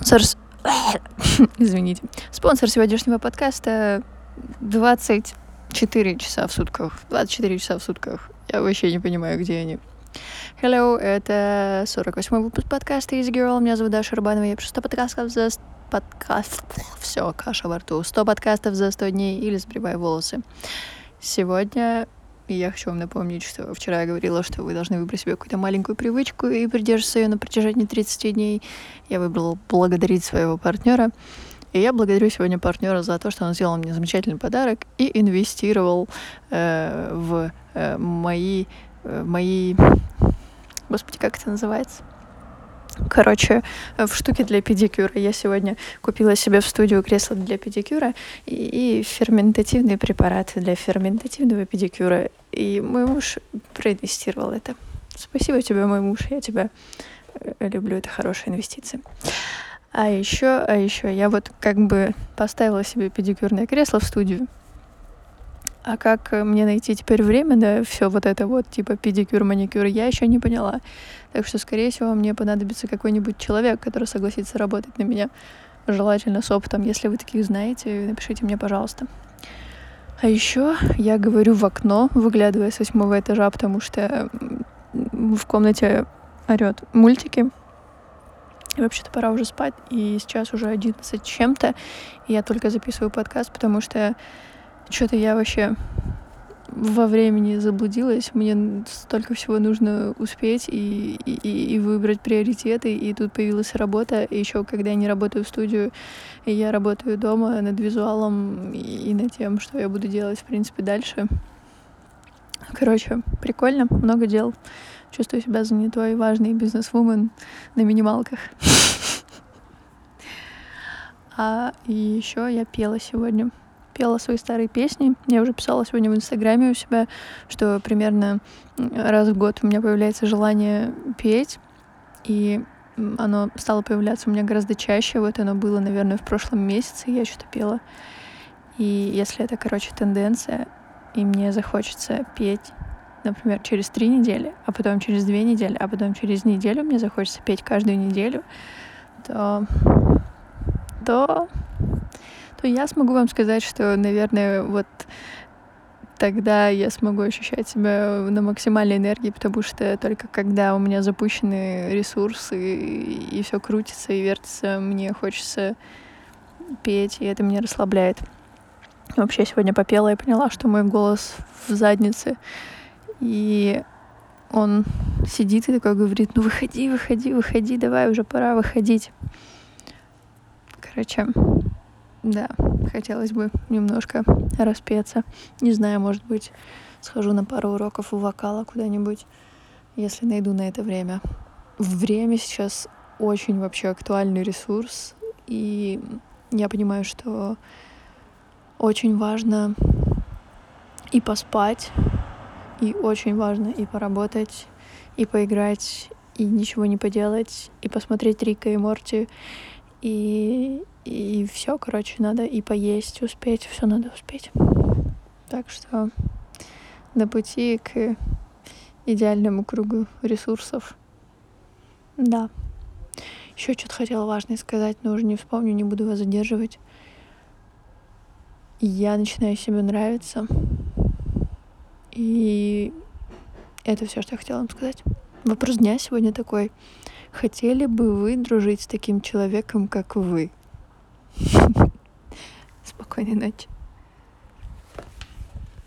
Спонсор... Извините. Спонсор сегодняшнего подкаста 24 часа в сутках. 24 часа в сутках. Я вообще не понимаю, где они. Hello, это 48-й выпуск подкаста Easy Girl. Меня зовут Даша Рубанова. Я пишу 100 подкастов за... Все, каша во рту. 100 подкастов за 100 дней или сбриваю волосы. Сегодня я хочу вам напомнить, что вчера я говорила, что вы должны выбрать себе какую-то маленькую привычку и придерживаться ее на протяжении 30 дней. Я выбрала благодарить своего партнера. И я благодарю сегодня партнера за то, что он сделал мне замечательный подарок и инвестировал в мои... Господи, как это называется? Короче, в штуке для педикюра. Я сегодня купила себе в студию кресло для педикюра и ферментативные препараты для ферментативного педикюра. И мой муж проинвестировал это. Спасибо тебе, мой муж. Я тебя люблю. Это хорошая инвестиция. А еще я вот как бы поставила себе педикюрное кресло в студию. А как мне найти теперь время на все вот это вот, типа педикюр, маникюр, я еще не поняла. Так что, скорее всего, мне понадобится какой-нибудь человек, который согласится работать на меня. Желательно с опытом. Если вы таких знаете, напишите мне, пожалуйста. А еще я говорю в окно, выглядывая с 8-го этажа, потому что в комнате орёт мультики. И вообще-то пора уже спать, и сейчас уже 11 чем-то, и я только записываю подкаст, потому что что-то я вообще во времени заблудилась. Мне столько всего нужно успеть и выбрать приоритеты. И тут появилась работа. И еще когда я не работаю в студию, я работаю дома над визуалом и над тем, что я буду делать, в принципе, дальше. Короче, прикольно, много дел. Чувствую себя занятой, важной бизнес-вумен на минималках. А еще я пела сегодня. Пела свои старые песни. Я уже писала сегодня в Инстаграме у себя, что примерно раз в год у меня появляется желание петь, и оно стало появляться у меня гораздо чаще. Вот оно было, наверное, в прошлом месяце, я что-то пела. И если это, тенденция, и мне захочется петь, например, через 3 недели, а потом через 2 недели, а потом через неделю мне захочется петь каждую неделю, то я смогу вам сказать, что, наверное, вот тогда я смогу ощущать себя на максимальной энергии, потому что только когда у меня запущены ресурсы и все крутится и вертится, мне хочется петь, и это меня расслабляет. Вообще сегодня попела и поняла, что мой голос в заднице, и он сидит и такой говорит: ну выходи, давай, уже пора выходить. Короче, да, хотелось бы немножко распеться. Не знаю, может быть, схожу на пару уроков вокала куда-нибудь, если найду на это время. Время сейчас очень вообще актуальный ресурс, и я понимаю, что очень важно и поспать, и очень важно и поработать, и поиграть, и ничего не поделать, и посмотреть Рика и Морти, и все, надо и поесть, успеть, все надо успеть. Так что на пути к идеальному кругу ресурсов. Да. Еще что-то хотела важное сказать, но уже не вспомню, не буду вас задерживать. Я начинаю себе нравиться. И это все, что я хотела вам сказать. Вопрос дня сегодня такой: хотели бы вы дружить с таким человеком, как вы? Спокойной ночи.